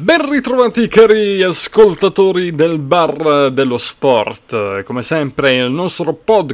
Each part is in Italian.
Ben ritrovati cari ascoltatori del bar dello sport, come sempre il nostro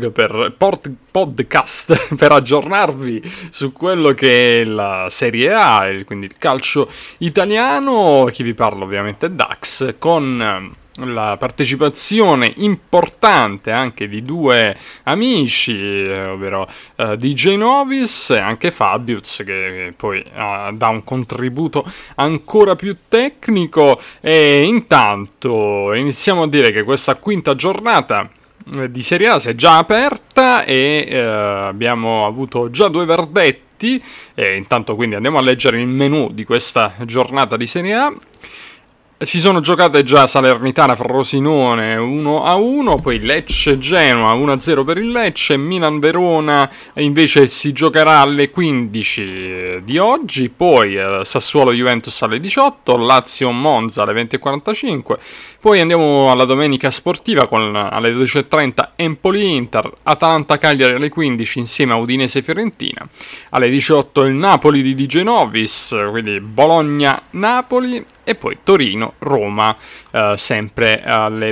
podcast per aggiornarvi su quello che è la Serie A, quindi il calcio italiano. Chi vi parla ovviamente è Dax, con la partecipazione importante anche di due amici, ovvero DJ Novis e anche Fabius, che poi dà un contributo ancora più tecnico. E intanto iniziamo a dire che questa quinta giornata di Serie A si è già aperta e abbiamo avuto già due verdetti. E intanto quindi andiamo a leggere il menù di questa giornata di Serie A. Si sono giocate già Salernitana-Frosinone 1-1, poi Lecce-Genoa 1-0 per il Lecce, Milan-Verona invece si giocherà alle 15 di oggi, poi Sassuolo-Juventus alle 18, Lazio-Monza alle 20:45, poi andiamo alla domenica sportiva con alle 12:30 Empoli-Inter, Atalanta-Cagliari alle 15 insieme a Udinese-Fiorentina, alle 18 il Napoli di DJ Novis, quindi Bologna-Napoli, e poi Torino-Roma, sempre alle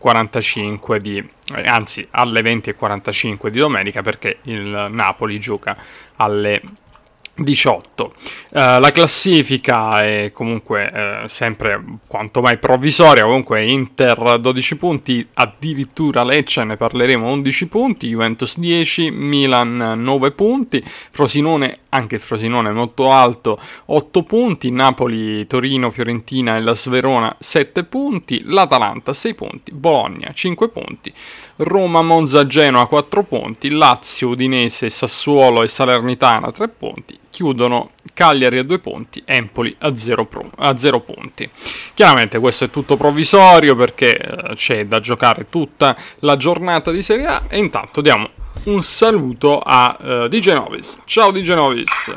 20:45 alle 20:45 di domenica, perché il Napoli gioca alle 18. La classifica è comunque sempre quanto mai provvisoria. Comunque Inter 12 punti, addirittura Lecce, ne parleremo, 11 punti, Juventus 10, Milan 9 punti, Frosinone, anche il Frosinone molto alto, 8 punti, Napoli, Torino, Fiorentina e la Sverona 7 punti, l'Atalanta 6 punti, Bologna 5 punti, Roma, Monza, Genoa 4 punti, Lazio, Udinese, Sassuolo e Salernitana 3 punti, chiudono Cagliari a 2 punti, Empoli a 0 punti. Chiaramente questo è tutto provvisorio perché c'è da giocare tutta la giornata di Serie A, e intanto diamo un saluto a DJ Novis. Ciao DJ Novis.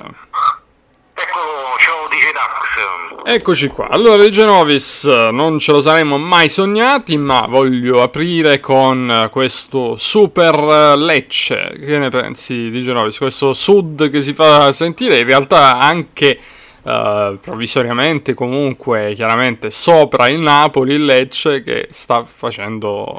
Ciao DJ Dax. Eccoci qua. Allora DJ Novis, non ce lo saremmo mai sognati, ma voglio aprire con questo super Lecce. Che ne pensi DJ Novis? Questo sud che si fa sentire, in realtà anche provvisoriamente comunque chiaramente sopra il Napoli, il Lecce, che sta facendo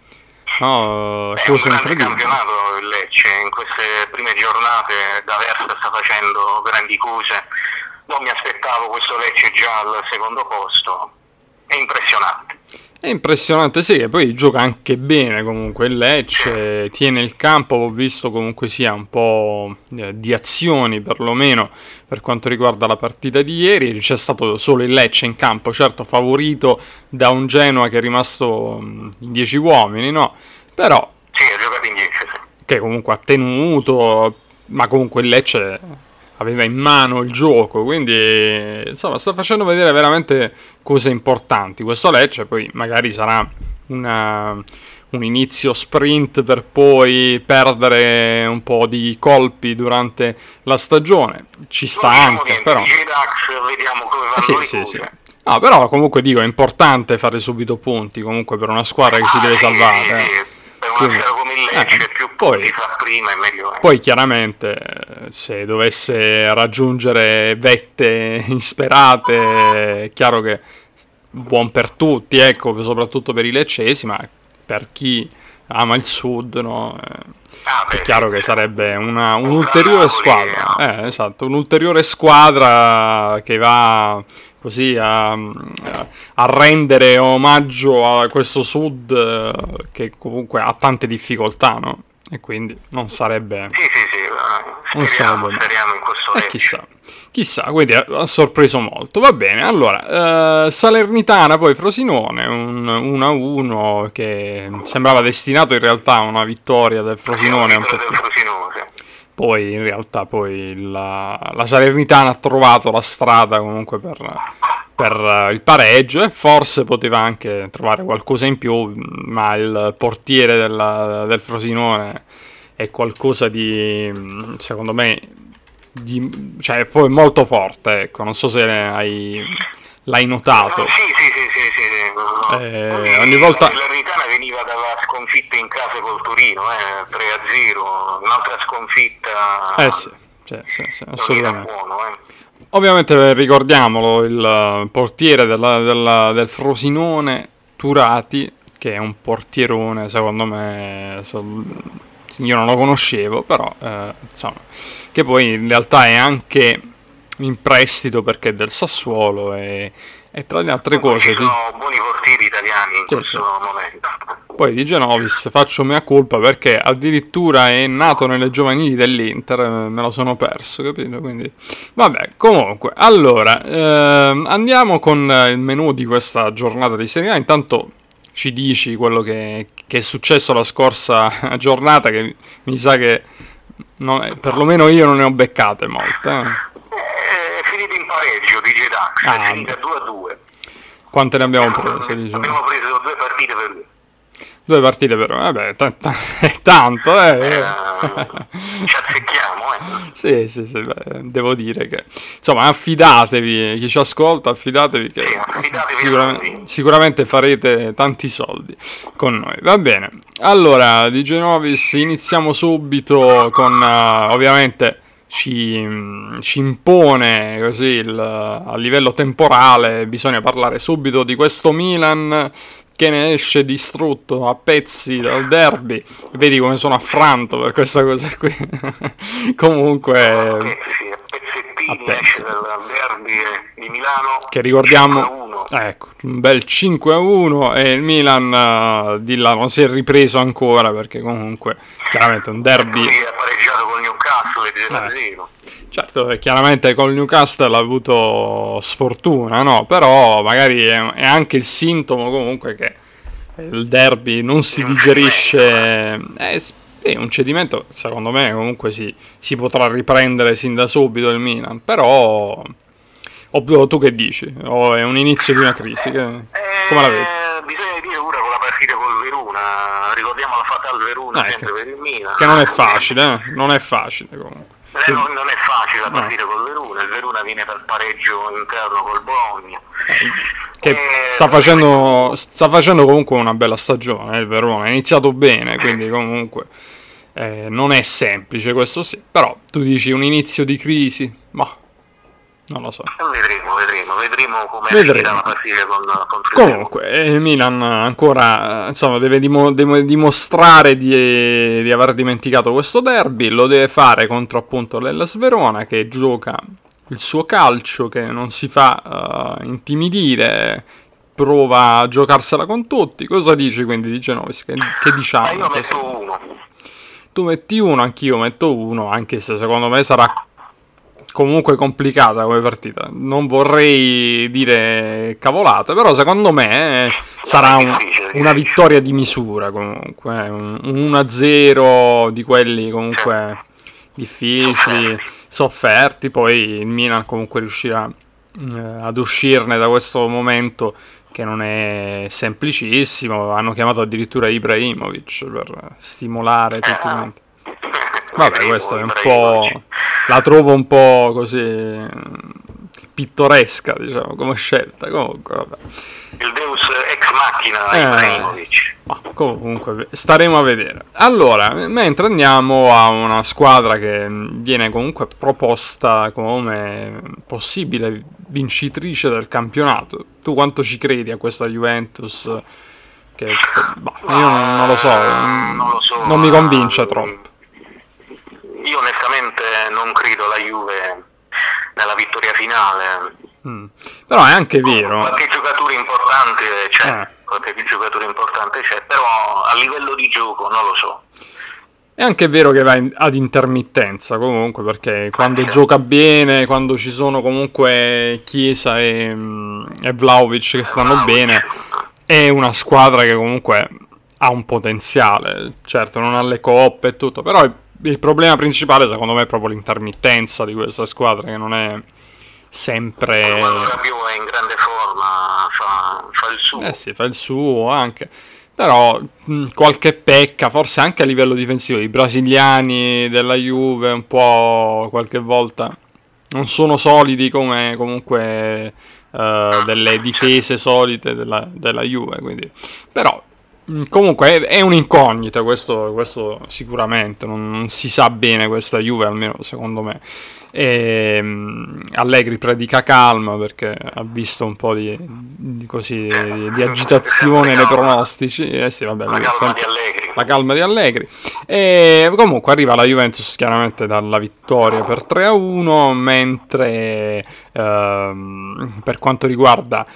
cose incredibili. Campionato il Lecce in queste prime giornate da Versa sta facendo grandi cose. Non mi aspettavo questo Lecce già al secondo posto. È impressionante. È impressionante, sì, e poi gioca anche bene comunque il Lecce, tiene il campo, ho visto comunque sia un po' di azioni perlomeno per quanto riguarda la partita di ieri. C'è stato solo il Lecce in campo, certo favorito da un Genoa che è rimasto in 10 uomini, no? Però sì, ha giocato in 10, sì. Che comunque ha tenuto, ma comunque il Lecce aveva in mano il gioco, quindi insomma sta facendo vedere veramente cose importanti questo Lecce. Poi magari sarà un inizio sprint per poi perdere un po' di colpi durante la stagione, ci sta anche, niente, però vediamo come vanno le cose. sì. No, però comunque dico, è importante fare subito punti comunque per una squadra che si deve salvare. Sì. Per una squadra come il Lecce più punti fa prima e meglio è. Poi chiaramente se dovesse raggiungere vette insperate è chiaro che buon per tutti, ecco, soprattutto per i leccesi, ma per chi ama il sud, no? È chiaro che sarebbe un'ulteriore squadra, esatto, un'ulteriore squadra che va così a rendere omaggio a questo sud che comunque ha tante difficoltà, no? E quindi non sarebbe... Sì, speriamo in questo Lecce. Chissà, quindi ha sorpreso molto. Va bene, allora, Salernitana, poi Frosinone, un 1-1 che sembrava destinato in realtà a una vittoria del Frosinone, un po' più. Poi in realtà la Salernitana ha trovato la strada comunque per il pareggio, e forse poteva anche trovare qualcosa in più, ma il portiere del Frosinone è qualcosa di, secondo me, cioè fu molto forte, ecco, non so se l'hai notato. Sì. Ogni volta... La Salernitana veniva dalla sconfitta in casa col Torino, 3-0, un'altra sconfitta. Sì, assolutamente. Buono, Ovviamente ricordiamolo, il portiere del Frosinone, Turati, che è un portierone, secondo me, io non lo conoscevo, però insomma, che poi in realtà è anche in prestito perché è del Sassuolo e tra le altre cose... Ci sono buoni portieri italiani in Sì, questo momento. Poi di Genovis faccio mea colpa perché addirittura è nato nelle giovanili dell'Inter, me lo sono perso, capito? Quindi vabbè, comunque, allora andiamo con il menù di questa giornata di Serie A. Intanto ci dici quello che è successo la scorsa giornata, che mi sa che perlomeno io non ne ho beccate molte. È finito in pareggio di Dax, è finita 2-2. Quante ne abbiamo prese? Diciamo? Abbiamo preso 2 partite per lui. 2 partite per... Vabbè, è tanto, Ci azzecchiamo, Sì, beh, devo dire che... Insomma, affidatevi, chi ci ascolta, affidatevi che sicuramente farete tanti soldi con noi. Va bene. Allora, di Genovis iniziamo subito con, ovviamente... Ci impone così a livello temporale, bisogna parlare subito di questo Milan che ne esce distrutto a pezzi dal derby. Vedi come sono affranto per questa cosa qui. Comunque esce dal derby di Milano, che ricordiamo, ecco, un bel 5-1 e il Milan di là non si è ripreso ancora perché comunque chiaramente un derby ha pareggiato con Newcastle 0-0. Certo, chiaramente con il Newcastle ha avuto sfortuna, no? Però magari è anche il sintomo comunque che il derby non si digerisce. È un cedimento, secondo me, comunque si potrà riprendere sin da subito il Milan. Però, tu che dici? O è un inizio di una crisi? Come la vedi? Bisogna dire ora con la partita col Verona. Ricordiamo la fatal Verona sempre per il Milan. Che non è facile, non è facile comunque. Non è facile la partita col Verona, il Verona viene dal pareggio interno col Bologna. Che sta facendo comunque una bella stagione, il Verona, ha iniziato bene, quindi comunque non è semplice questo sì, però tu dici un inizio di crisi, ma non lo so. Vedremo come finirà la partita con comunque il Milan ancora insomma deve dimostrare di aver dimenticato questo derby, lo deve fare contro appunto l'Hellas Verona che gioca il suo calcio, che non si fa intimidire, prova a giocarsela con tutti. Cosa dici quindi di Genovis? Che diciamo? Io metto 1. Tu metti 1, anch'io metto 1, anche se secondo me sarà comunque complicata come partita. Non vorrei dire cavolate, però secondo me sarà una vittoria di misura comunque, un 1-0 di quelli comunque difficili, sofferti. Poi il Milan comunque riuscirà ad uscirne da questo momento che non è semplicissimo. Hanno chiamato addirittura Ibrahimovic per stimolare tutti quanti. Vabbè, questo è un po'... La trovo un po' così pittoresca, diciamo, come scelta. Comunque, vabbè. Il Deus ex machina Ibrahimovic. Comunque, staremo a vedere. Allora, mentre andiamo a una squadra che viene comunque proposta come possibile vincitrice del campionato. Tu quanto ci credi a questa Juventus? Che, io non lo so, non mi convince troppo. Io onestamente non credo alla Juve nella vittoria finale. Però è anche vero. Qualche giocatore importante c'è, però a livello di gioco non lo so. È anche vero che va ad intermittenza comunque, perché quando gioca bene, quando ci sono comunque Chiesa e Vlahovic che stanno bene, è una squadra che comunque ha un potenziale. Certo, non ha le coppe e tutto, però il problema principale secondo me è proprio l'intermittenza di questa squadra, che non è sempre... Quando Rabiot è in grande forma fa il suo. Sì, fa il suo anche. Però qualche pecca, forse anche a livello difensivo. I brasiliani della Juve un po' qualche volta non sono solidi come comunque delle difese solite della Juve, quindi. Però comunque è un'incognita, questo sicuramente, non si sa bene questa Juve, almeno secondo me. Allegri predica calma perché ha visto un po' di agitazione nei pronostici. Sì, vabbè, la calma di Allegri. E comunque arriva la Juventus chiaramente dalla vittoria per 3-1, mentre per quanto riguarda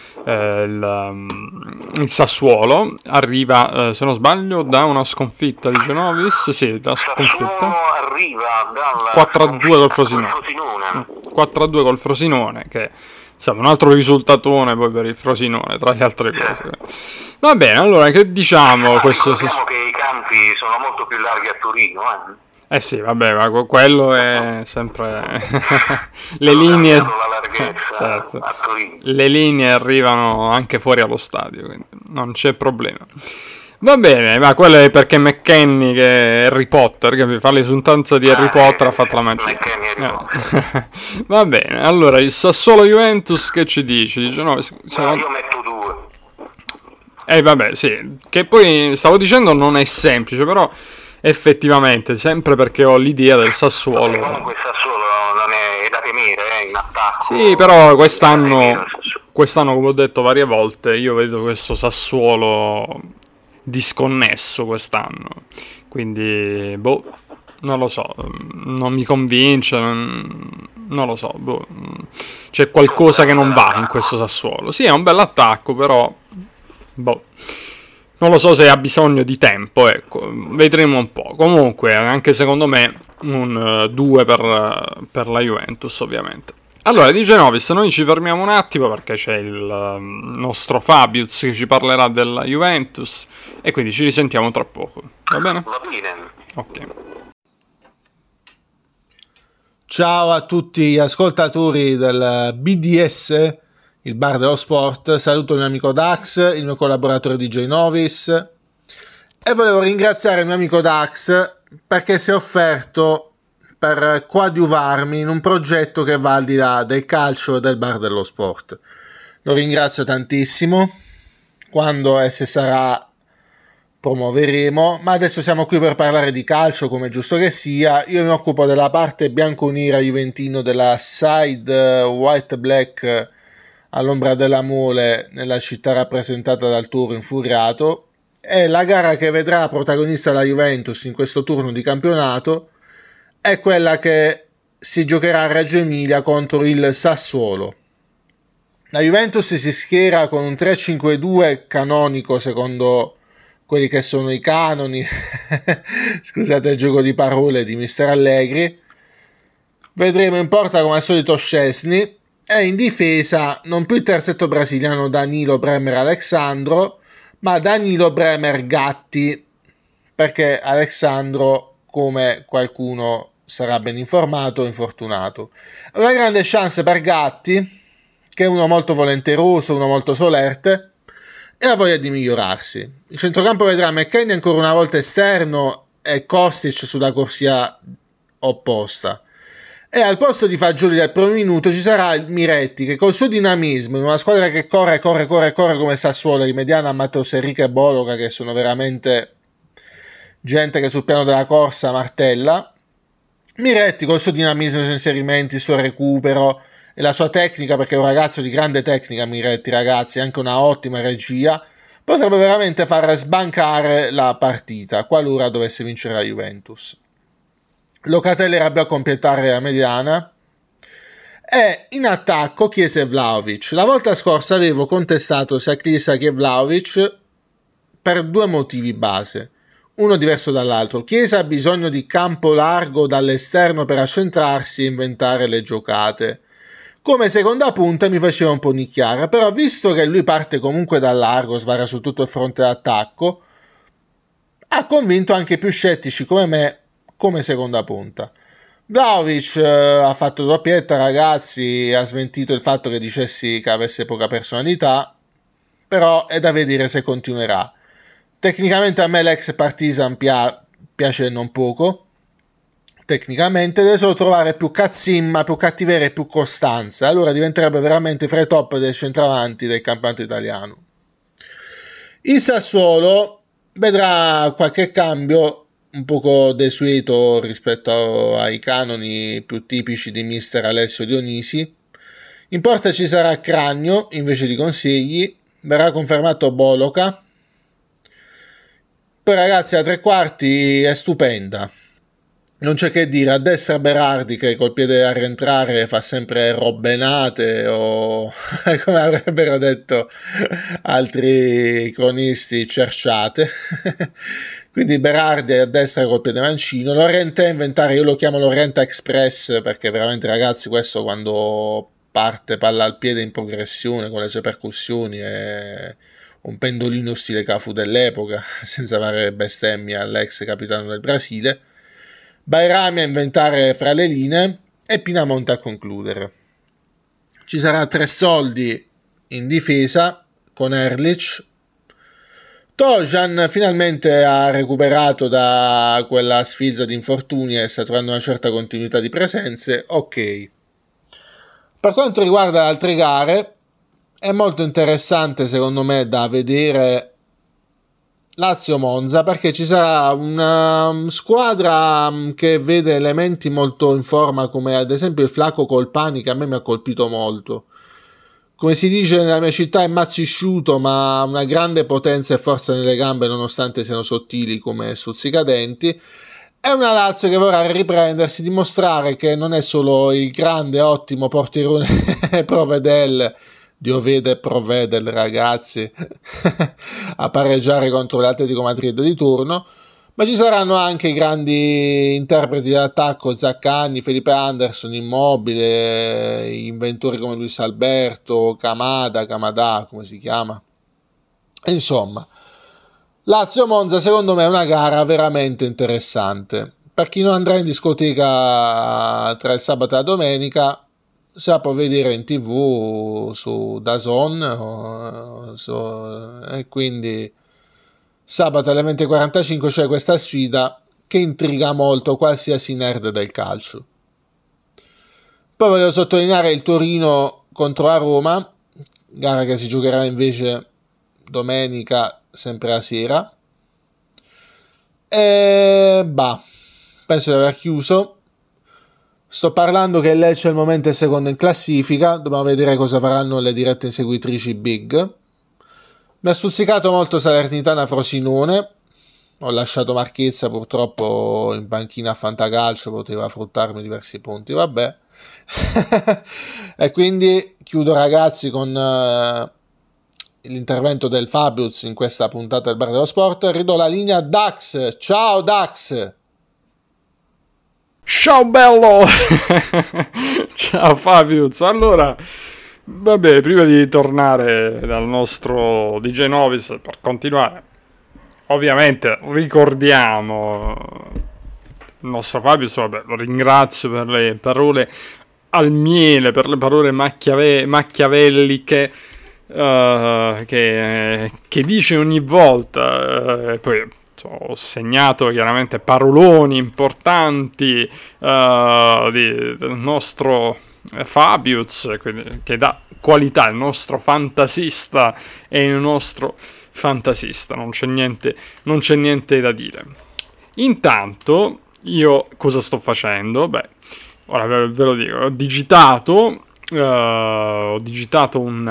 il Sassuolo arriva, se non sbaglio, da una sconfitta di Genovis. Sì, da sconfitta. Arriva dal 4-2 col Frosinone. 4-2 col Frosinone, che insomma un altro risultatone poi per il Frosinone, tra le altre cose. Va bene, allora che diciamo? Ricordiamo che i campi sono molto più larghi a Torino, sì, vabbè, ma quello è sempre le linee, certo. Le linee arrivano anche fuori allo stadio, quindi non c'è problema. Va bene, ma quello è perché McKennie, che è Harry Potter, che fa l'esultanza di Harry Potter, ha fatto la magia. Va bene, allora il Sassuolo Juventus che ci dici? Dice no, io metto 2. Vabbè, sì, che poi stavo dicendo non è semplice, però effettivamente, sempre perché ho l'idea del Sassuolo. Comunque il Sassuolo non è da temere in attacco. Sì, però quest'anno, come ho detto varie volte, io vedo questo Sassuolo disconnesso quest'anno, quindi non lo so, non mi convince, non lo so, c'è qualcosa che non va in questo Sassuolo. Sì, è un bell'attacco, però non lo so se ha bisogno di tempo, ecco, vedremo un po'. Comunque, anche secondo me un 2 per la Juventus, ovviamente. Allora, di Genovis noi ci fermiamo un attimo perché c'è il nostro Fabius che ci parlerà della Juventus e quindi ci risentiamo tra poco. Va bene? Va bene. Ok. Ciao a tutti gli ascoltatori del BDS, il bar dello sport. Saluto il mio amico Dax, il mio collaboratore DJ Novis, e volevo ringraziare il mio amico Dax perché si è offerto per coadiuvarmi in un progetto che va al di là del calcio e del bar dello sport. Lo ringrazio tantissimo. Quando e se sarà promuoveremo, ma adesso siamo qui per parlare di calcio, come giusto che sia. Io mi occupo della parte bianconera juventino della side white black all'ombra della mole nella città rappresentata dal Toro Infuriato. È la gara che vedrà protagonista la Juventus in questo turno di campionato. È quella che si giocherà a Reggio Emilia contro il Sassuolo. La Juventus si schiera con un 3-5-2 canonico secondo quelli che sono i canoni scusate il gioco di parole di Mister Allegri. Vedremo in porta come al solito Szczesny e in difesa non più il terzetto brasiliano Danilo, Bremer, Alexandro, ma Danilo, Bremer, Gatti, perché Alexandro, come qualcuno sarà ben informato, infortunato. Una grande chance per Gatti, che è uno molto volenteroso, uno molto solerte e ha voglia di migliorarsi. Il centrocampo vedrà McKennie ancora una volta esterno e Kostic sulla corsia opposta. E al posto di Fagioli del primo minuto ci sarà il Miretti, che col suo dinamismo, in una squadra che corre come Sassuolo, di mediana a Matteo Serrica e Boloca, che sono veramente gente che sul piano della corsa martella. Miretti col suo dinamismo, i suoi inserimenti, il suo recupero e la sua tecnica, perché è un ragazzo di grande tecnica Miretti, ragazzi, anche una ottima regia, potrebbe veramente far sbancare la partita qualora dovesse vincere la Juventus. Locatelli era a completare la mediana e in attacco Chiesa e Vlahovic. La volta scorsa avevo contestato sia Chiesa che Vlahovic per due motivi base, uno diverso dall'altro. Chiesa ha bisogno di campo largo dall'esterno per accentrarsi e inventare le giocate. Come seconda punta mi faceva un po' nicchiare, però visto che lui parte comunque dal largo, svaria su tutto il fronte d'attacco, ha convinto anche più scettici come me come seconda punta. Vlahovic ha fatto doppietta, ragazzi, ha smentito il fatto che dicessi che avesse poca personalità, però è da vedere se continuerà. Tecnicamente a me l'ex Partizan piace non poco, tecnicamente deve solo trovare più cazzimma, più cattiveria e più costanza, allora diventerebbe veramente fra i top del centravanti del campionato italiano. Il Sassuolo vedrà qualche cambio un poco desueto rispetto ai canoni più tipici di mister Alessio Dionisi. In porta ci sarà Cragno invece di Consigli, verrà confermato Boloca. Poi ragazzi, la tre quarti è stupenda, non c'è che dire. A destra Berardi che col piede a rientrare fa sempre robenate, o come avrebbero detto altri cronisti, cerciate. Quindi Berardi a destra col piede mancino. Lorente a inventare, io lo chiamo Lorente Express perché veramente ragazzi questo quando parte palla al piede in progressione con le sue percussioni è un pendolino stile Cafu dell'epoca, senza fare bestemmie all'ex capitano del Brasile. Bairami a inventare fra le linee e Pinamonte a concludere. Ci sarà Tressoldi in difesa con Erlich. Tojan finalmente ha recuperato da quella sfilza di infortuni e sta trovando una certa continuità di presenze. Ok. Per quanto riguarda altre gare, è molto interessante secondo me da vedere Lazio-Monza, perché ci sarà una squadra che vede elementi molto in forma, come ad esempio il Flaco Colpani, che a me mi ha colpito molto. Come si dice nella mia città è mazzisciuto, ma una grande potenza e forza nelle gambe nonostante siano sottili come stuzzicadenti. È una Lazio che vorrà riprendersi, dimostrare che non è solo il grande, ottimo portierone Provedel, Dio vede Provedel ragazzi, a pareggiare contro l'Atletico Madrid di turno, ma ci saranno anche i grandi interpreti d'attacco, Zaccagni, Felipe Anderson, Immobile, inventori come Luis Alberto, Kamada, come si chiama. Insomma, Lazio-Monza secondo me è una gara veramente interessante. Per chi non andrà in discoteca tra il sabato e la domenica, se la può vedere in TV su DAZN e quindi sabato alle 20:45 c'è questa sfida che intriga molto qualsiasi nerd del calcio. Poi voglio sottolineare il Torino contro la Roma, gara che si giocherà invece domenica sempre a sera. E penso di aver chiuso. Sto parlando che il Lecce al momento è secondo in classifica, dobbiamo vedere cosa faranno le dirette inseguitrici Big. Mi ha stuzzicato molto Salernitana Frosinone, ho lasciato Marchezza purtroppo in panchina a Fantacalcio, poteva fruttarmi diversi punti, vabbè. E quindi chiudo ragazzi con l'intervento del Fabius in questa puntata del Bar dello Sport. Ridò la linea a Dax. Ciao Dax. Ciao bello. Ciao Fabius. Allora, va bene, prima di tornare dal nostro DJ Novis per continuare, ovviamente ricordiamo il nostro Fabius, vabbè, lo ringrazio per le parole al miele, per le parole machiavelliche che dice ogni volta, poi ho segnato chiaramente paroloni importanti del nostro Fabius, che dà qualità, il nostro fantasista e il nostro fantasista, non c'è niente da dire. Intanto io cosa sto facendo? Beh, ora ve lo dico, ho digitato un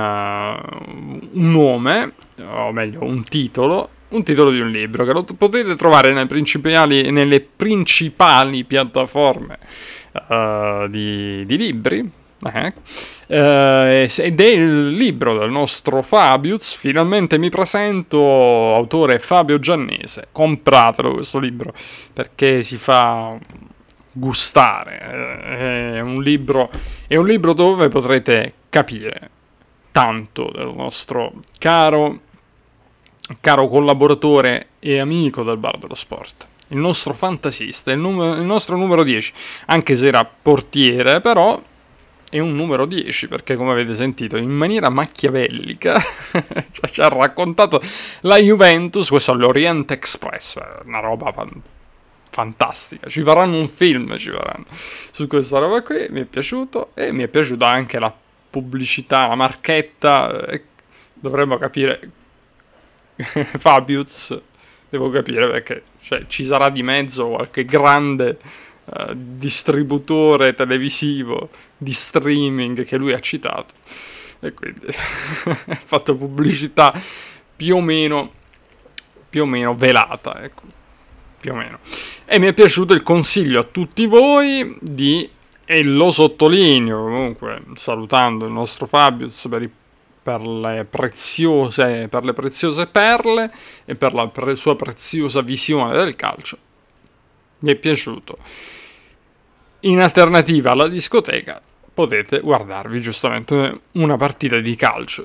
nome, o meglio un titolo di un libro che lo potete trovare nelle principali piattaforme di libri, ed è il libro del nostro Fabius. Finalmente mi presento, autore Fabio Giannese. Compratelo questo libro perché si fa gustare, è un libro dove potrete capire tanto del nostro caro collaboratore e amico del Bar dello Sport, il nostro fantasista, il nostro numero 10, anche se era portiere, però è un numero 10 perché, come avete sentito, in maniera machiavellica ci ha raccontato la Juventus, questo all'Orient Express, una roba fantastica. Ci faranno un film su questa roba qui. Mi è piaciuto, e mi è piaciuta anche la pubblicità, la marchetta. Dovremmo capire Fabius Devo capire perché, cioè, ci sarà di mezzo qualche grande distributore televisivo di streaming che lui ha citato, e quindi ha fatto pubblicità più o meno velata, ecco, più o meno. E mi è piaciuto il consiglio a tutti voi e lo sottolineo comunque salutando il nostro Fabius per le preziose perle e per la sua preziosa visione del calcio. Mi è piaciuto. In alternativa alla discoteca potete guardarvi giustamente una partita di calcio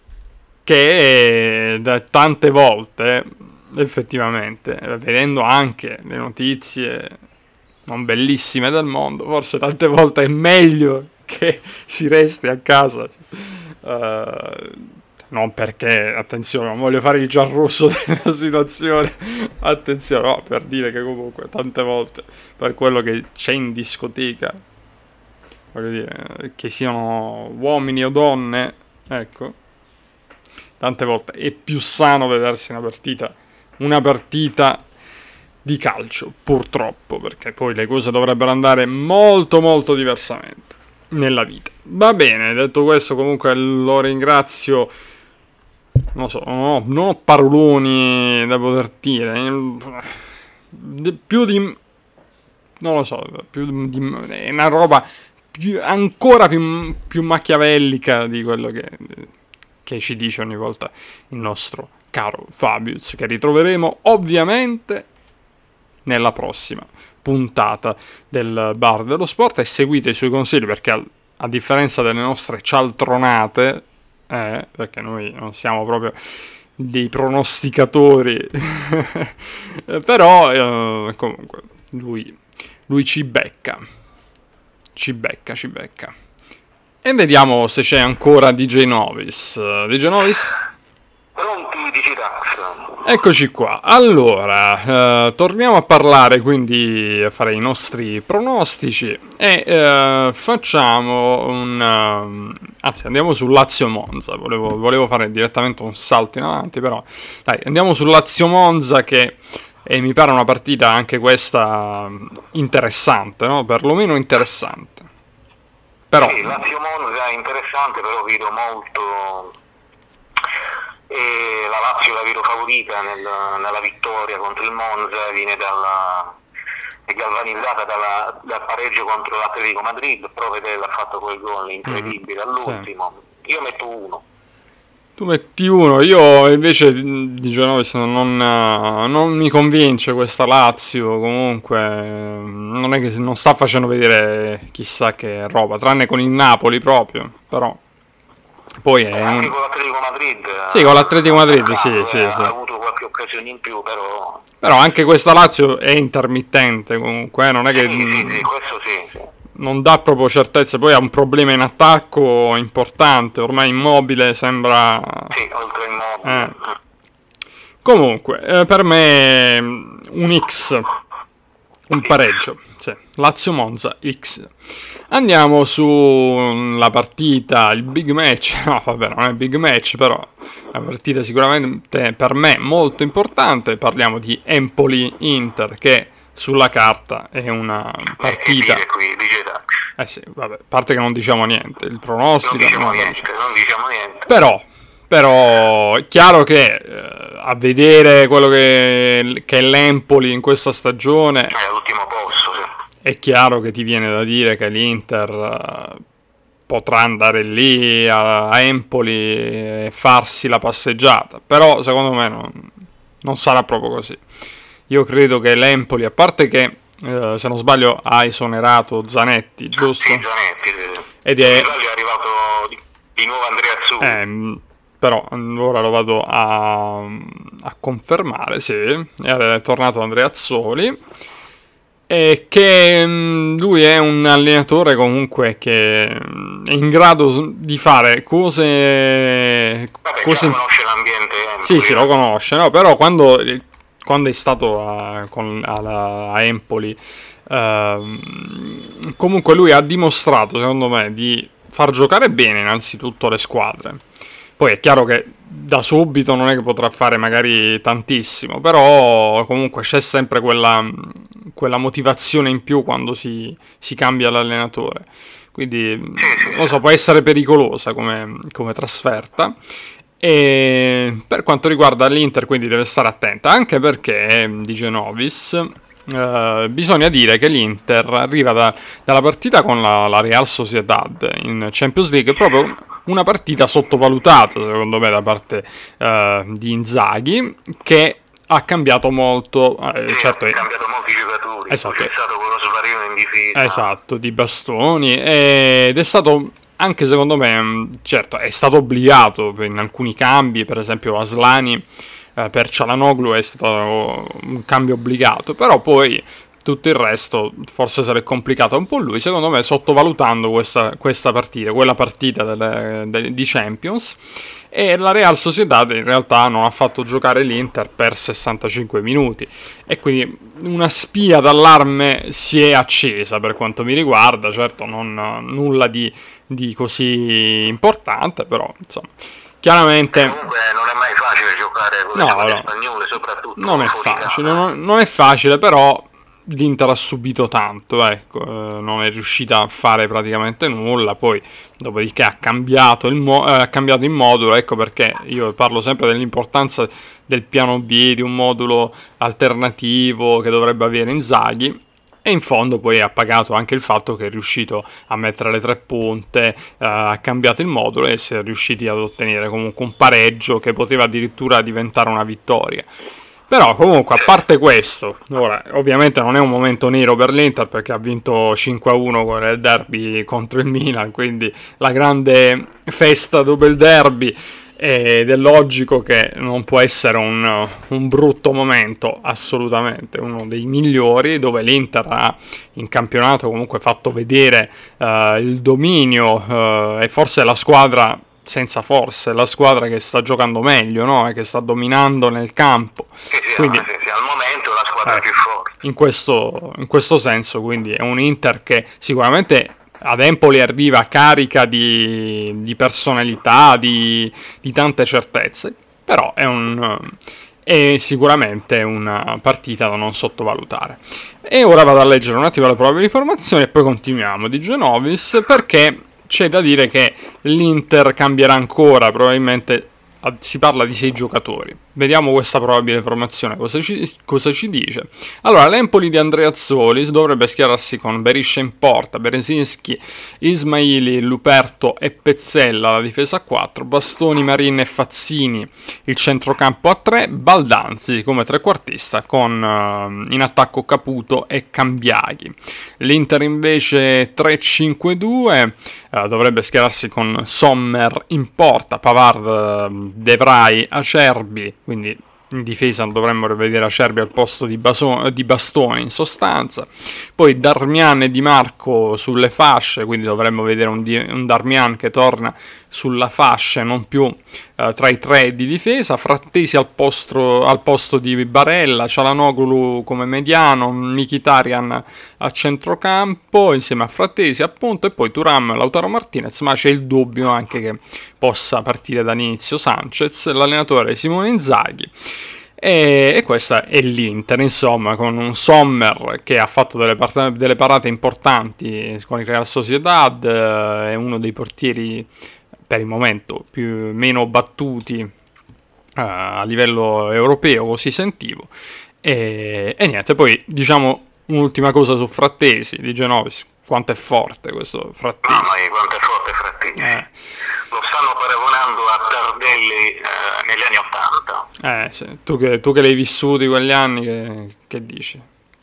che tante volte effettivamente, vedendo anche le notizie non bellissime del mondo, forse tante volte è meglio che si resti a casa. Non perché, attenzione, non voglio fare il giallorosso della situazione, attenzione, no, per dire che comunque tante volte per quello che c'è in discoteca, voglio dire, che siano uomini o donne, ecco, tante volte è più sano vedersi una partita di calcio, purtroppo, perché poi le cose dovrebbero andare molto molto diversamente nella vita. Va bene, detto questo, comunque lo ringrazio. Non so, non ho paroloni da poter dire. Più di... non lo so, è una roba ancora più machiavellica di quello che ci dice ogni volta il nostro caro Fabius, che ritroveremo ovviamente nella prossima puntata del Bar dello Sport, e seguite i suoi consigli, perché a differenza delle nostre cialtronate, perché noi non siamo proprio dei pronosticatori però comunque lui ci becca, e vediamo se c'è ancora DJ Novis. Pronti, Digitax? Eccoci qua. Allora, torniamo a parlare, quindi a fare i nostri pronostici, e facciamo anzi, andiamo sul Lazio-Monza. Volevo fare direttamente un salto in avanti, però dai, andiamo sul Lazio-Monza, che mi pare una partita anche questa interessante, no? Perlomeno interessante. Però sì, Lazio-Monza è interessante, però vedo molto... e la Lazio la vedo favorita nella vittoria contro il Monza, è galvanizzata dal pareggio contro l'Atletico Madrid. Provedel ha fatto quel gol incredibile all'ultimo. Sì. Io metto 1. Tu metti 1, io invece di Genovis non mi convince questa Lazio. Comunque non è che non sta facendo vedere chissà che roba, tranne con il Napoli proprio, però poi è anche con l'Atletico Madrid. Sì, con l'Atletico Madrid, sì. Ha avuto qualche occasione in più, però anche questa Lazio è intermittente comunque, non è che sì, questo sì. Non dà proprio certezze, poi ha un problema in attacco importante, ormai Immobile sembra... Sì, oltre Immobile. Comunque, per me un X, un pareggio, sì. Lazio-Monza X. Andiamo sulla partita, il big match, no vabbè non è big match, però è una partita sicuramente per me molto importante. Parliamo di Empoli-Inter, che sulla carta è una partita... sì, vabbè, a parte che non diciamo niente, il pronostico... Non diciamo niente. Però è chiaro che a vedere quello che è l'Empoli in questa stagione... È all'ultimo posto, sì. È chiaro che ti viene da dire che l'Inter potrà andare lì a Empoli e farsi la passeggiata, però secondo me non sarà proprio così. Io credo che l'Empoli, a parte che se non sbaglio ha esonerato Zanetti, giusto? Sì, Zanetti, sì. Ed è arrivato di nuovo Andrea Azzurri. Però ora lo vado a confermare, sì, è tornato Andrea Azzoli, e che lui è un allenatore comunque che è in grado di fare cose... Già conosce l'ambiente. Sì, lo conosce, no? Però quando è stato a Empoli, comunque lui ha dimostrato, secondo me, di far giocare bene innanzitutto le squadre, Poi è chiaro che da subito non è che potrà fare magari tantissimo, però comunque c'è sempre quella motivazione in più quando si cambia l'allenatore. Quindi, non so, può essere pericolosa come trasferta. E per quanto riguarda l'Inter, quindi deve stare attenta, anche perché, dice Novis, bisogna dire che l'Inter arriva dalla partita con la Real Sociedad in Champions League, proprio una partita sottovalutata secondo me da parte di Inzaghi, che ha cambiato molto, certo, ha cambiato molti giocatori, esatto, c'è stato quello svarino in difesa, esatto, di Bastoni, ed è stato anche secondo me, certo, è stato obbligato in alcuni cambi, per esempio Aslani per Çalhanoğlu è stato un cambio obbligato, però poi tutto il resto forse se l'è complicata un po' lui, secondo me sottovalutando questa partita, quella partita di Champions. E la Real Sociedad in realtà non ha fatto giocare l'Inter per 65 minuti e quindi una spia d'allarme si è accesa per quanto mi riguarda, certo nulla di così importante, però insomma chiaramente comunque non è mai facile giocare con le squadre spagnole, soprattutto non è facile, però l'Inter ha subito tanto, ecco, non è riuscita a fare praticamente nulla, poi dopodiché ha cambiato il modulo, ecco perché io parlo sempre dell'importanza del piano B, di un modulo alternativo che dovrebbe avere Inzaghi, e in fondo poi ha pagato anche il fatto che è riuscito a mettere le 3 punte, ha cambiato il modulo e si è riusciti ad ottenere comunque un pareggio che poteva addirittura diventare una vittoria. Però comunque, a parte questo, ora ovviamente non è un momento nero per l'Inter perché ha vinto 5-1 con il derby contro il Milan, quindi la grande festa dopo il derby, ed è logico che non può essere un brutto momento, assolutamente, uno dei migliori, dove l'Inter ha in campionato comunque fatto vedere il dominio, e forse la squadra... senza forse, la squadra che sta giocando meglio, no? E che sta dominando nel campo. Quindi, al momento la squadra più forte. In questo senso, quindi è un Inter che sicuramente ad Empoli arriva carica di personalità, di tante certezze, però è sicuramente una partita da non sottovalutare. E ora vado a leggere un attimo le probabili formazioni e poi continuiamo di Genovis, perché c'è da dire che l'Inter cambierà ancora, probabilmente si parla di 6 giocatori. Vediamo questa probabile formazione cosa ci dice. Allora, l'Empoli di Andreazzoli dovrebbe schierarsi con Berisha in porta, Berezinski, Ismaili, Luperto e Pezzella la difesa a 4, Bastoni, Marin e Fazzini il centrocampo a 3, Baldanzi come trequartista con in attacco Caputo e Cambiaghi. L'Inter invece 3-5-2 dovrebbe schierarsi con Sommer in porta, Pavard, De Vrij, Acerbi, quindi in difesa dovremmo rivedere Acerbi al posto di Bastoni in sostanza, poi Darmian e Di Marco sulle fasce, quindi dovremmo vedere un Darmian che torna sulla fascia, non più tra i 3 di difesa, Frattesi al posto di Barella, Çalhanoğlu come mediano, Mkhitaryan a centrocampo insieme a Frattesi appunto, e poi Thuram, Lautaro Martinez, ma c'è il dubbio anche che possa partire dall'inizio Sanchez, l'allenatore è Simone Inzaghi. E questa è l'Inter, insomma, con un Sommer che ha fatto delle parate importanti con il Real Sociedad, è uno dei portieri per il momento meno battuti a livello europeo, così sentivo, e niente. Poi diciamo un'ultima cosa su Frattesi di Genovis. Quanto è forte questo Frattesi, mamma mia, quanto è forte Frattesi. Lo stanno paragonando a Tardelli negli anni 80. Sì. Tu che l'hai vissuto quegli anni, che dici?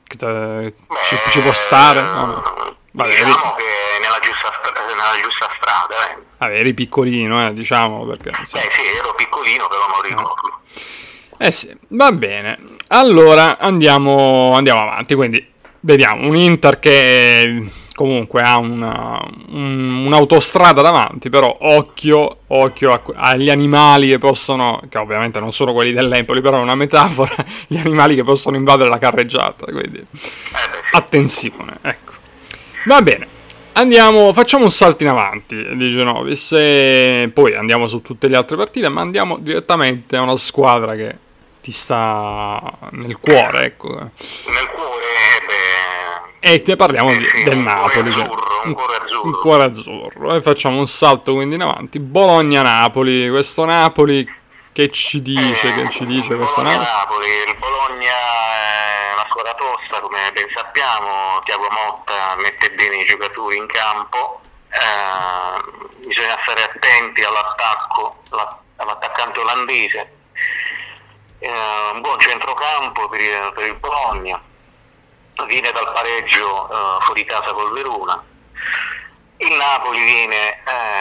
Ci può stare? Diciamo che è nella giusta strada. Vabbè, eri piccolino, diciamo, perché... Sì, ero piccolino, però non ricordo. Sì, va bene. Allora andiamo avanti, quindi vediamo un Inter che comunque ha un'autostrada davanti, però occhio agli animali che ovviamente non sono quelli dell'Empoli, però è una metafora, gli animali che possono invadere la carreggiata, quindi attenzione, ecco. Va bene. Facciamo un salto in avanti di Genovis e poi andiamo su tutte le altre partite, ma andiamo direttamente a una squadra che ti sta nel cuore, ecco. Nel cuore, E te parliamo del Napoli, un cuore azzurro. Un cuore azzurro. E facciamo un salto quindi in avanti. Bologna-Napoli, questo Napoli che ci dice questo Napoli? Il Bologna è una squadra tosta, come ben sappiamo. Thiago Motta mette bene i giocatori in campo, bisogna stare attenti all'attaccante olandese, un buon centrocampo per il Bologna, viene dal pareggio fuori casa col Verona. Il Napoli viene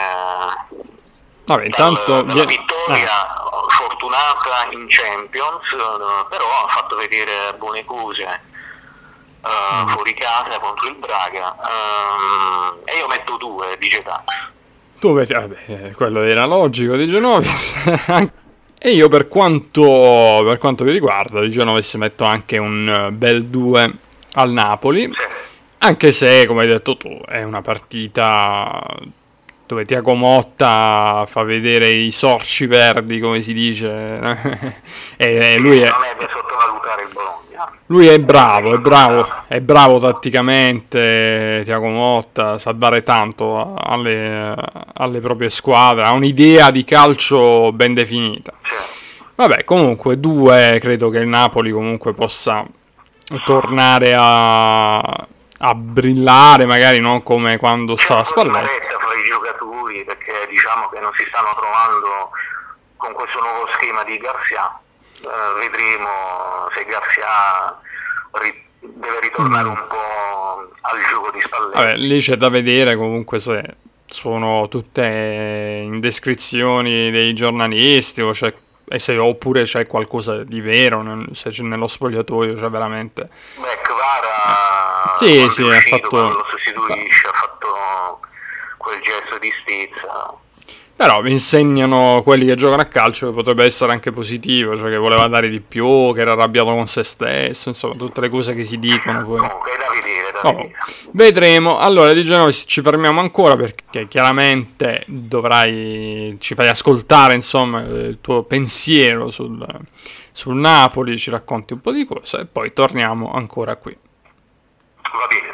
dalla vittoria fortunata in Champions, però ha fatto vedere buone cose fuori casa contro il Braga, e io metto 2, dice Dax. Tu vabbè, quello era logico di Genovis. E io per quanto mi riguarda di Genovis metto anche un bel 2 al Napoli, Sì. Anche se, come hai detto tu, è una partita dove Thiago Motta fa vedere i sorci verdi, come si dice, e lui non è da sottovalutare il Bologna. Lui è bravo tatticamente, Thiago Motta, sa dare tanto alle proprie squadre, ha un'idea di calcio ben definita. Sì. Vabbè, comunque 2, credo che il Napoli comunque possa tornare a brillare, magari non come quando stava a Spalletti. Fra i giocatori, perché diciamo che non si stanno trovando con questo nuovo schema di Garcia. Vedremo se Garcia deve ritornare un po' al gioco di Spalletti. Vabbè, lì c'è da vedere comunque se sono tutte indiscrezioni dei giornalisti oppure c'è qualcosa di vero, se c'è nello spogliatoio, c'è veramente... Beh, Kvara sì, quando lo sostituisce, ha fatto quel gesto di stizza. Però mi insegnano quelli che giocano a calcio che potrebbe essere anche positivo, cioè che voleva dare di più, che era arrabbiato con se stesso, insomma tutte le cose che si dicono poi. Comunque è da vedere. Vedremo. Allora di Genova ci fermiamo ancora perché chiaramente ci fai ascoltare insomma il tuo pensiero sul Napoli, ci racconti un po' di cose e poi torniamo ancora qui. Va bene.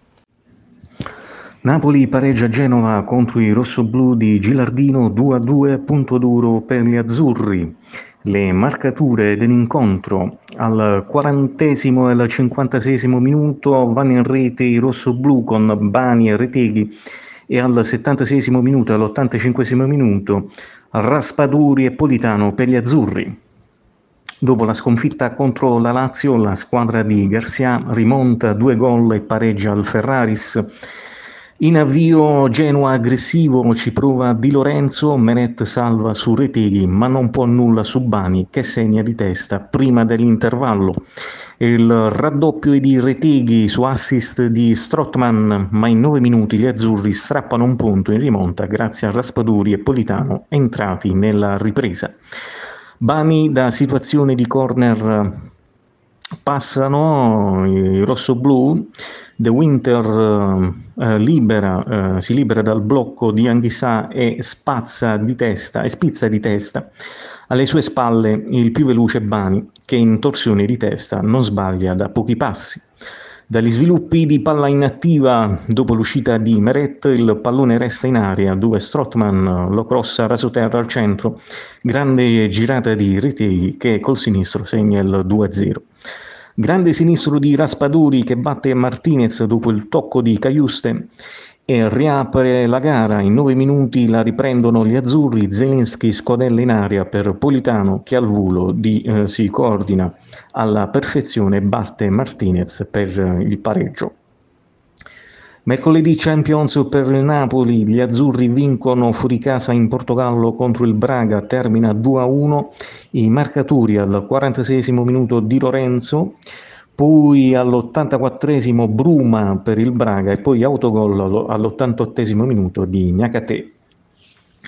Napoli pareggia Genova contro i rossoblù di Gilardino 2-2, punto duro per gli azzurri. Le marcature dell'incontro: al 40° e al 56° minuto vanno in rete i rossoblù con Bani e Reteghi, e al 76° minuto e all'85° minuto Raspaduri e Politano per gli azzurri. Dopo la sconfitta contro la Lazio, la squadra di Garcia rimonta 2 gol e pareggia al Ferraris. In avvio Genoa aggressivo, ci prova Di Lorenzo, Meret salva su Reteghi, ma non può nulla su Bani, che segna di testa prima dell'intervallo. Il raddoppio è di Reteghi su assist di Strootman, ma in 9 minuti gli azzurri strappano un punto in rimonta grazie a Raspaduri e Politano entrati nella ripresa. Bani da situazione di corner passano i rossoblù. De Winter si libera dal blocco di Anghissà e spizza di testa. Alle sue spalle il più veloce Bani, che in torsione di testa non sbaglia da pochi passi. Dagli sviluppi di palla inattiva, dopo l'uscita di Meret, il pallone resta in aria dove Strootman lo crossa rasoterra al centro. Grande girata di Reteghi che col sinistro segna il 2-0. Grande sinistro di Raspaduri che batte Martinez dopo il tocco di Cajuste e riapre la gara. In 9 minuti la riprendono gli azzurri. Zelinski scodella in aria per Politano che al volo si coordina alla perfezione e batte Martinez per il pareggio. Mercoledì Champions per il Napoli, gli azzurri vincono fuori casa in Portogallo contro il Braga, termina 2-1, i marcatori al 46° minuto Di Lorenzo, poi all'84° Bruma per il Braga e poi autogol all'88° minuto di Niakate.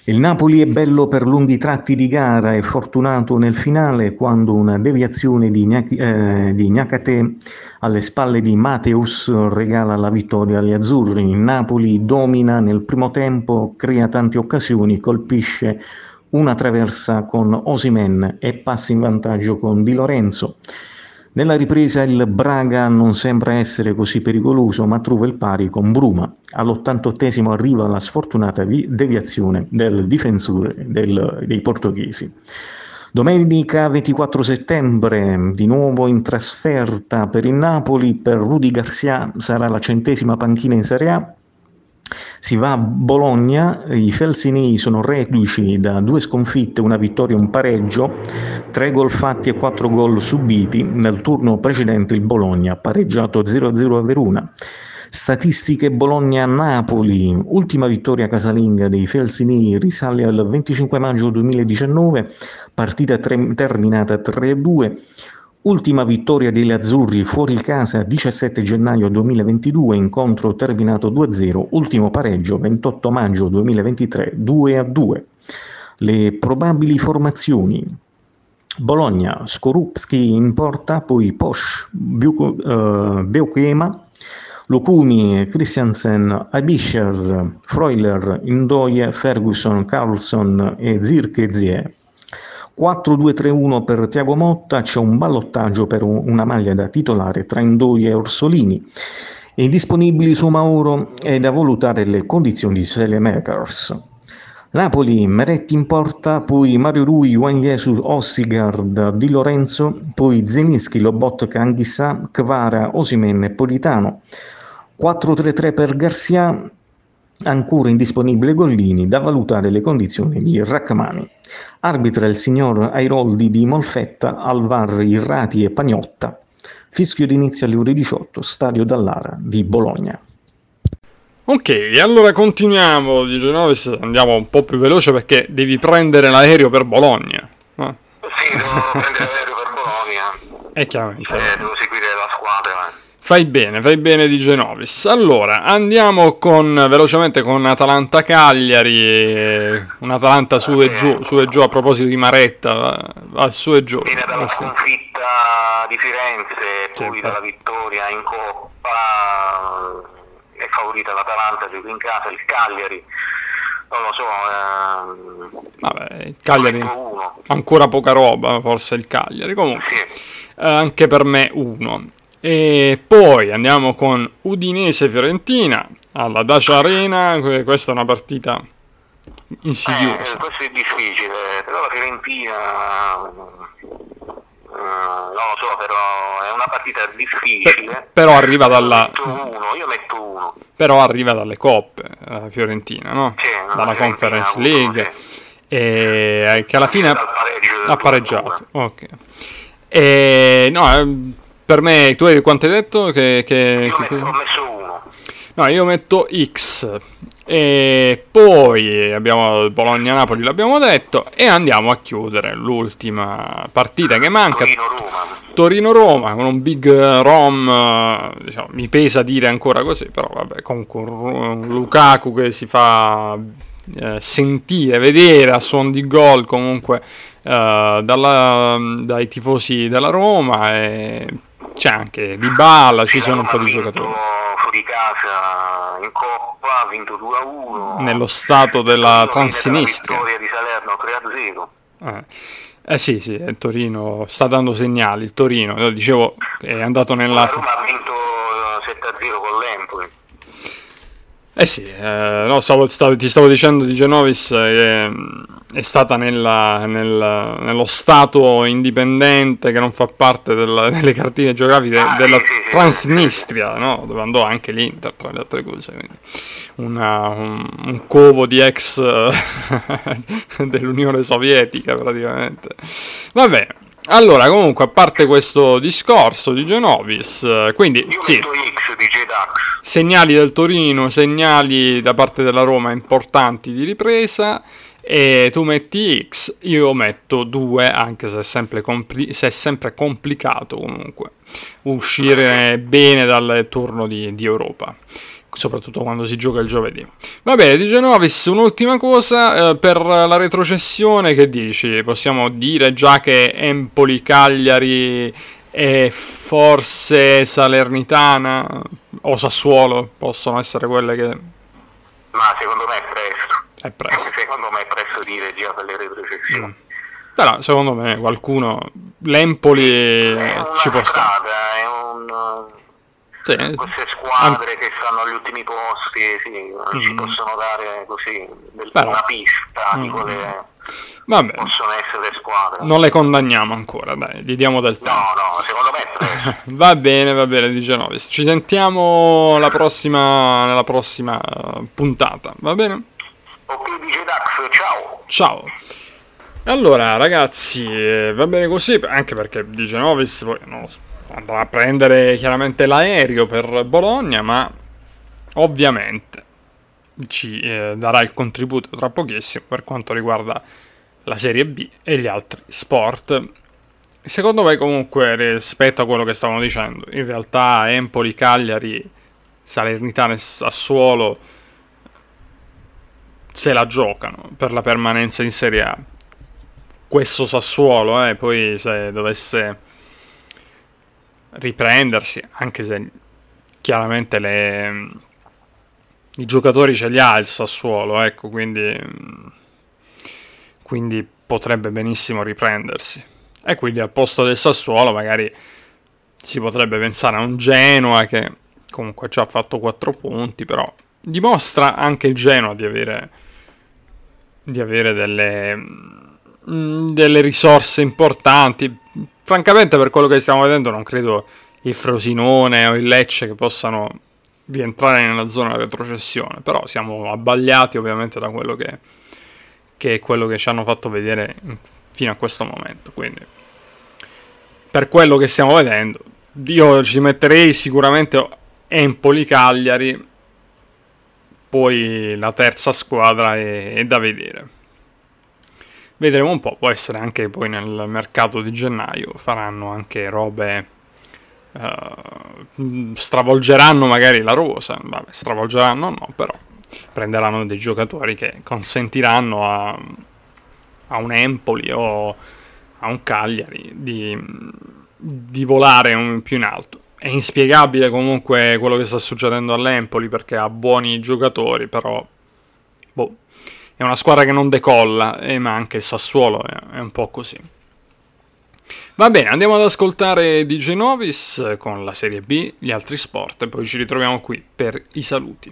Il Napoli è bello per lunghi tratti di gara e fortunato nel finale quando una deviazione di Niakate alle spalle di Mateus regala la vittoria agli azzurri. Il Napoli domina nel primo tempo, crea tante occasioni, colpisce una traversa con Osimhen e passa in vantaggio con Di Lorenzo. Nella ripresa il Braga non sembra essere così pericoloso, ma trova il pari con Bruma. All'88esimo arriva la sfortunata deviazione del difensore dei portoghesi. Domenica 24 settembre, di nuovo in trasferta per il Napoli, per Rudi Garcia sarà la 100ª panchina in Serie A. Si va a Bologna, i felsinei sono reduci da 2 sconfitte, una vittoria e un pareggio, 3 gol fatti e 4 gol subiti. Nel turno precedente il Bologna ha pareggiato 0-0 a Verona. Statistiche Bologna-Napoli, ultima vittoria casalinga dei felsinei risale al 25 maggio 2019, partita terminata 3-2. Ultima vittoria degli azzurri fuori casa 17 gennaio 2022, incontro terminato 2-0, ultimo pareggio 28 maggio 2023 2-2. Le probabili formazioni: Bologna, Skorupski in porta, poi Posch, Beukema, Lukumi, Christiansen, Aebischer, Freuler, Ndoye, Ferguson, Carlson e Zirkzee. 4-2-3-1 per Thiago Motta, c'è un ballottaggio per una maglia da titolare tra Ndoye e Orsolini. E disponibili su Mauro è da valutare le condizioni di Selemakers. Napoli, Meretti in porta, poi Mario Rui, Juan Jesus, Ossigard, Di Lorenzo, poi Zelinski, Lobotka, Anghissà, Kvara, Osimhen e Politano. 4-3-3 per Garcia, ancora indisponibile Gollini, da valutare le condizioni di Rachmani. Arbitra il signor Airoldi di Molfetta, al VAR Irrati e Pagnotta. Fischio d'inizio alle ore 18, Stadio Dallara di Bologna. Ok, allora continuiamo, di Genovis, andiamo un po' più veloce perché devi prendere l'aereo per Bologna. Sì, devo prendere l'aereo per Bologna. E chiaramente. Devo seguire la squadra. Fai bene di Genovis. Allora, andiamo velocemente con Atalanta-Cagliari, un Atalanta su e giù a proposito di Maretta, va su e giù. Viene dalla sconfitta di Firenze, poi dalla vittoria in Coppa, è favorita l'Atalanta, gioca in casa, il Cagliari, non lo so. Vabbè, il Cagliari, ancora poca roba, forse il Cagliari, comunque, sì. Anche per me 1. E poi andiamo con Udinese-Fiorentina alla Dacia Arena. Questa è una partita insidiosa. Questo è difficile, però la Fiorentina non lo so, però è una partita difficile. Però arriva dalla... Io metto 1. Però arriva dalle coppe la Fiorentina, no? Sì, dalla Conference League, e che alla fine ha pareggiato. Ok. No, per me, tu quanto hai detto? Ho messo 1. No, io metto X. E poi abbiamo Bologna-Napoli, l'abbiamo detto, e andiamo a chiudere l'ultima partita che manca. Torino-Roma, con un big Rom, diciamo, mi pesa dire ancora così, però vabbè, comunque un Lukaku che si fa sentire, vedere a suon di gol comunque dai tifosi della Roma, e c'è anche Dybala, ci sono un po' di giocatori. Fuori casa in Coppa, ha vinto 2-1 nello stato della Transnistria. La vittoria di Salerno 3-0. Sì, il Torino sta dando segnali. Il Torino, dicevo, è andato nella... La Roma ha vinto 7-0 con l'Empoli. Sì, no, ti stavo dicendo di Genovis, è stata nello stato indipendente che non fa parte delle cartine geografiche della Transnistria, no? Dove andò anche l'Inter, tra le altre cose. Quindi un covo di ex dell'Unione Sovietica praticamente. Va bene. Allora, comunque, a parte questo discorso di Genovis, quindi io sì, metto X di J-Dax. Segnali del Torino, segnali da parte della Roma importanti di ripresa, e tu metti X, io metto 2, anche se è sempre complicato comunque uscire bene dal turno di Europa. soprattutto quando si gioca il giovedì. Va bene, dice Novis, un'ultima cosa per la retrocessione, che dici? Possiamo dire già che Empoli, Cagliari e forse Salernitana o Sassuolo possono essere quelle che... Ma secondo me è presto. È presto. Secondo me è presto dire già per le retrocessioni. Però secondo me qualcuno, l'Empoli ci può stare. È un... Sì. Queste squadre che stanno agli ultimi posti, sì, ci possono dare così una pista di quelle possono essere le squadre. Non le condanniamo ancora, dai, gli diamo del tempo. No, secondo me è presto. Va bene, dice Novis. Ci sentiamo nella prossima puntata, va bene? Ok, dice Dax, ciao. Ciao. Allora, ragazzi, va bene così, anche perché dice Novis poi andrà a prendere chiaramente l'aereo per Bologna, ma ovviamente ci darà il contributo tra pochissimo per quanto riguarda la Serie B e gli altri sport. Secondo me comunque, rispetto a quello che stavamo dicendo, in realtà Empoli, Cagliari, Salernitana e Sassuolo se la giocano per la permanenza in Serie A. Questo Sassuolo, poi se dovesse riprendersi, anche se chiaramente i giocatori ce li ha il Sassuolo, ecco, quindi potrebbe benissimo riprendersi, e quindi al posto del Sassuolo magari si potrebbe pensare a un Genoa che comunque già ha fatto 4 punti, però dimostra anche il Genoa di avere delle risorse importanti. Francamente, per quello che stiamo vedendo, non credo il Frosinone o il Lecce che possano rientrare nella zona retrocessione, però siamo abbagliati ovviamente da quello che è quello che ci hanno fatto vedere fino a questo momento. Quindi, per quello che stiamo vedendo, io ci metterei sicuramente Empoli, Cagliari, poi la terza squadra è da vedere. Vedremo un po', può essere anche poi nel mercato di gennaio faranno anche robe, stravolgeranno magari la rosa, vabbè, stravolgeranno no, però prenderanno dei giocatori che consentiranno a un Empoli o a un Cagliari di volare più in alto. È inspiegabile comunque quello che sta succedendo all'Empoli, perché ha buoni giocatori, però è una squadra che non decolla, ma anche il Sassuolo è un po' così. Va bene, andiamo ad ascoltare DJ Novis con la Serie B, gli altri sport, e poi ci ritroviamo qui per i saluti.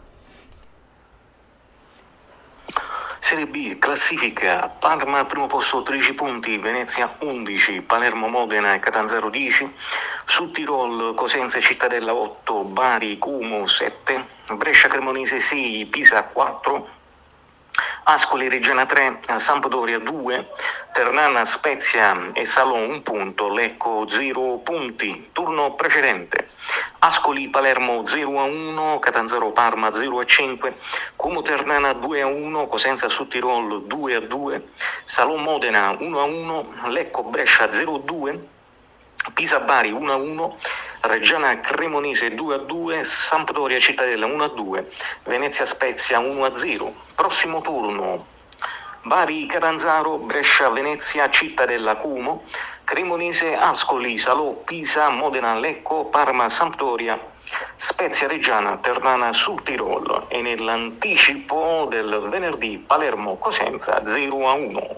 Serie B, classifica: Parma primo posto 13 punti, Venezia 11, Palermo, Modena e Catanzaro 10, Sud Tirol, Cosenza e Cittadella 8, Bari, Como 7, Brescia, Cremonese 6, Pisa 4, Ascoli, Reggiana 3, Sampdoria 2, Ternana, Spezia e Salò 1 punto, Lecco 0 punti. Turno precedente: Ascoli, Palermo 0-1, Catanzaro, Parma 0-5, Como, Ternana 2-1, Cosenza, Sud Tirol 2-2, Salò, Modena 1-1, Lecco, Brescia 0-2, Pisa, Bari 1-1, Reggiana, Cremonese 2-2, Sampdoria, Cittadella 1-2, Venezia, Spezia 1-0. Prossimo turno: Bari, Catanzaro, Brescia, Venezia, Cittadella, Como, Cremonese, Ascoli, Salò, Pisa, Modena, Lecco, Parma, Sampdoria, Spezia, Reggiana, Ternana, Sud Tirol. E nell'anticipo del venerdì Palermo, Cosenza 0-1.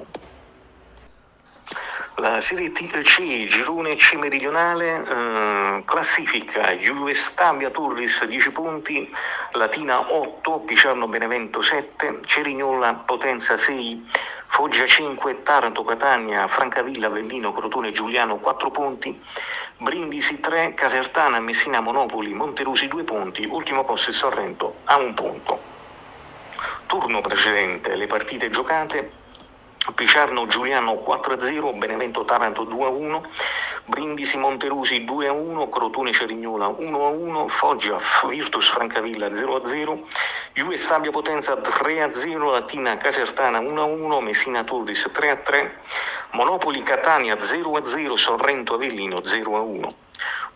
La Serie C, girone C meridionale, classifica: Juve Stabia Turris 10 punti, Latina 8, Picerno Benevento 7, Cerignola Potenza 6, Foggia 5, Taranto Catania, Francavilla Avellino Crotone Giuliano 4 punti, Brindisi 3, Casertana Messina Monopoli Monterusi 2 punti, ultimo posto il Sorrento a 1 punto. Turno precedente, le partite giocate: Picerno Giuliano 4-0, Benevento Taranto 2-1, Brindisi Monterusi 2-1, Crotone Cerignola 1-1, Foggia Virtus Francavilla 0-0, Juve Stabia Potenza 3-0, Latina Casertana 1-1, Messina Turris 3-3, Monopoli Catania 0-0, Sorrento Avellino 0-1.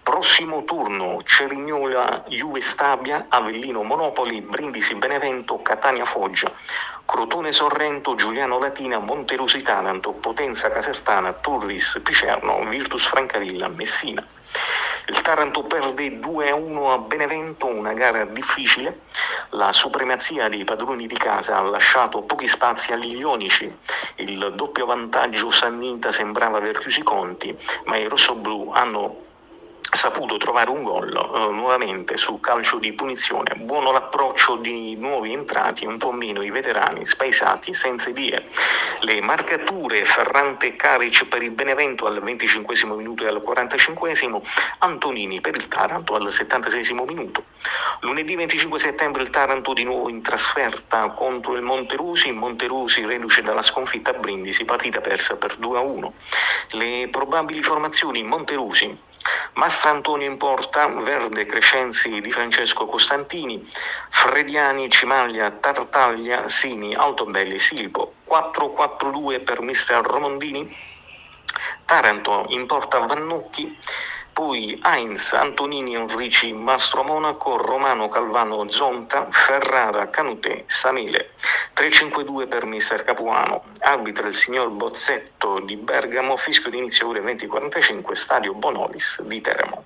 Prossimo turno: Cerignola Juve Stabia, Avellino Monopoli, Brindisi Benevento, Catania Foggia, Crotone Sorrento, Giuliano Latina, Monterosi Taranto, Potenza Casertana, Turris Picerno, Virtus Francavilla, Messina. Il Taranto perde 2-1 a Benevento, una gara difficile. La supremazia dei padroni di casa ha lasciato pochi spazi agli ionici. Il doppio vantaggio sannita sembrava aver chiuso i conti, ma i rossoblù hanno saputo trovare un gol nuovamente su calcio di punizione. Buono l'approccio di nuovi entrati, un po' meno i veterani spaesati senza idee. Le marcature: Ferrante e Caric per il Benevento al 25 minuto e al 45, Antonini per il Taranto al 76 minuto. Lunedì 25 settembre il Taranto di nuovo in trasferta contro il Monterosi reduce dalla sconfitta a Brindisi, partita persa per 2-1. Le probabili formazioni: Monterosi, Mastrantonio in porta, Verde, Crescenzi, Di Francesco, Costantini, Frediani, Cimaglia, Tartaglia, Sini, Altobelli, Silpo. 4-4-2 per mister Romondini. Taranto in porta Vannucchi, poi Heinz, Antonini, Enrici, Mastro Monaco, Romano, Calvano, Zonta, Ferrara, Canutè, Samile. 3-5-2 per mister Capuano. Arbitra il signor Bozzetto di Bergamo. Fischio di inizio ore 20:45, stadio Bonolis di Teramo.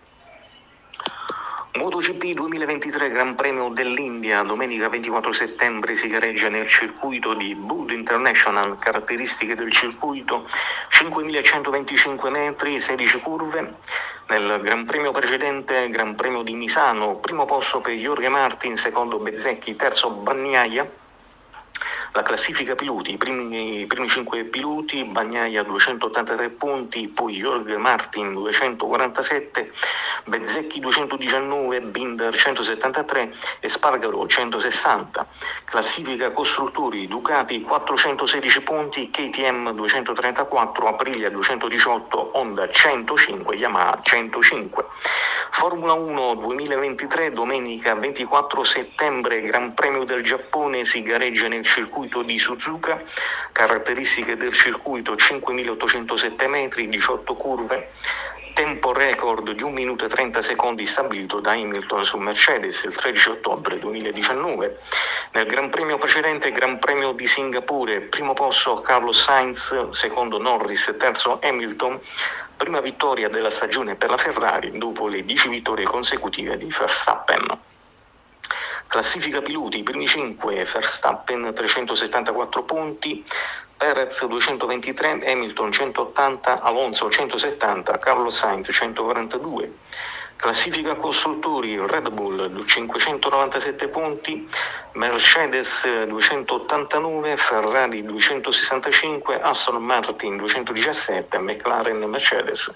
MotoGP 2023 Gran Premio dell'India, domenica 24 settembre si gareggia nel circuito di Bud International. Caratteristiche del circuito: 5.125 metri, 16 curve. Nel Gran Premio precedente, Gran Premio di Misano, primo posto per Jorge Martin, secondo Bezzecchi, terzo Bagnaia. La classifica piloti: i primi 5 piloti: Bagnaia 283 punti, poi Jorge Martin 247, Bezzecchi 219, Binder 173 e Spargaro 160. Classifica costruttori: Ducati 416 punti, KTM 234, Aprilia 218, Honda 105, Yamaha 105. Formula 1 2023, domenica 24 settembre, Gran Premio del Giappone, si gareggia nel circuito di Suzuka. Caratteristiche del circuito: 5.807 metri, 18 curve. Tempo record di 1 minuto e 30 secondi stabilito da Hamilton su Mercedes il 13 ottobre 2019. Nel Gran Premio precedente, Gran Premio di Singapore, primo posto Carlos Sainz, secondo Norris, terzo Hamilton. Prima vittoria della stagione per la Ferrari dopo le 10 vittorie consecutive di Verstappen. Classifica piloti: i primi 5, Verstappen 374 punti, Perez 223, Hamilton 180, Alonso 170, Carlos Sainz 142. Classifica costruttori: Red Bull 597 punti, Mercedes 289, Ferrari 265, Aston Martin 217, McLaren Mercedes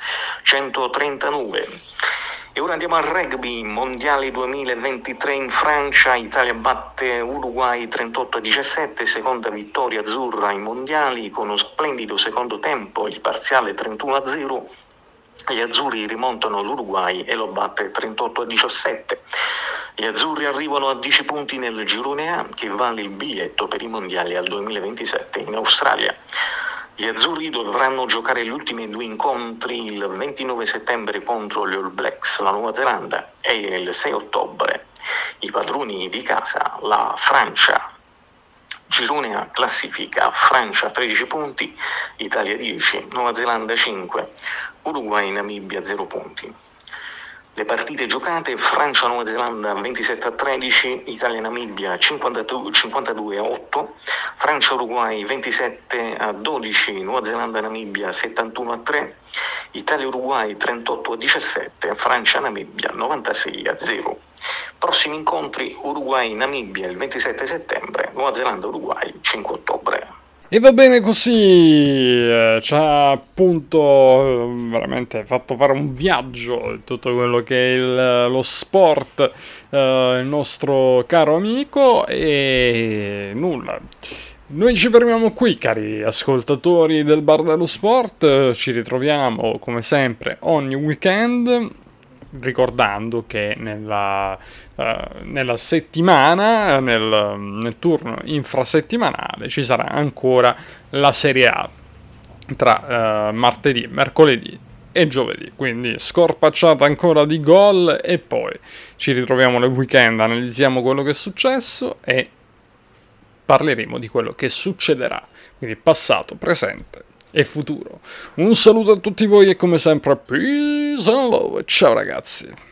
139. E ora andiamo al rugby. Mondiali 2023 in Francia, Italia batte Uruguay 38-17, seconda vittoria azzurra ai mondiali con uno splendido secondo tempo, il parziale 31-0. Gli azzurri rimontano l'Uruguay e lo batte 38-17. Gli azzurri arrivano a 10 punti nel girone A, che vale il biglietto per i mondiali al 2027 in Australia. Gli azzurri dovranno giocare gli ultimi 2 incontri il 29 settembre contro gli All Blacks, la Nuova Zelanda, e il 6 ottobre i padroni di casa, la Francia. Girone A classifica: Francia 13 punti, Italia 10, Nuova Zelanda 5, Uruguay e Namibia 0 punti. Le partite giocate: Francia-Nuova Zelanda 27-13, Italia-Namibia 52-8, Francia-Uruguay 27-12, Nuova Zelanda-Namibia 71-3, Italia-Uruguay 38-17, Francia-Namibia 96-0. Prossimi incontri: Uruguay-Namibia il 27 settembre, Nuova Zelanda-Uruguay 5 ottobre. E va bene così, ci ha appunto veramente fatto fare un viaggio in tutto quello che è lo sport, il nostro caro amico, e nulla. Noi ci fermiamo qui, cari ascoltatori del Bar dello Sport, ci ritroviamo come sempre ogni weekend, ricordando che nella settimana, nel turno infrasettimanale, ci sarà ancora la Serie A tra martedì e mercoledì e giovedì, quindi scorpacciata ancora di gol e poi ci ritroviamo nel weekend, analizziamo quello che è successo e parleremo di quello che succederà, quindi passato, presente e futuro. Un saluto a tutti voi e come sempre peace and love, ciao ragazzi.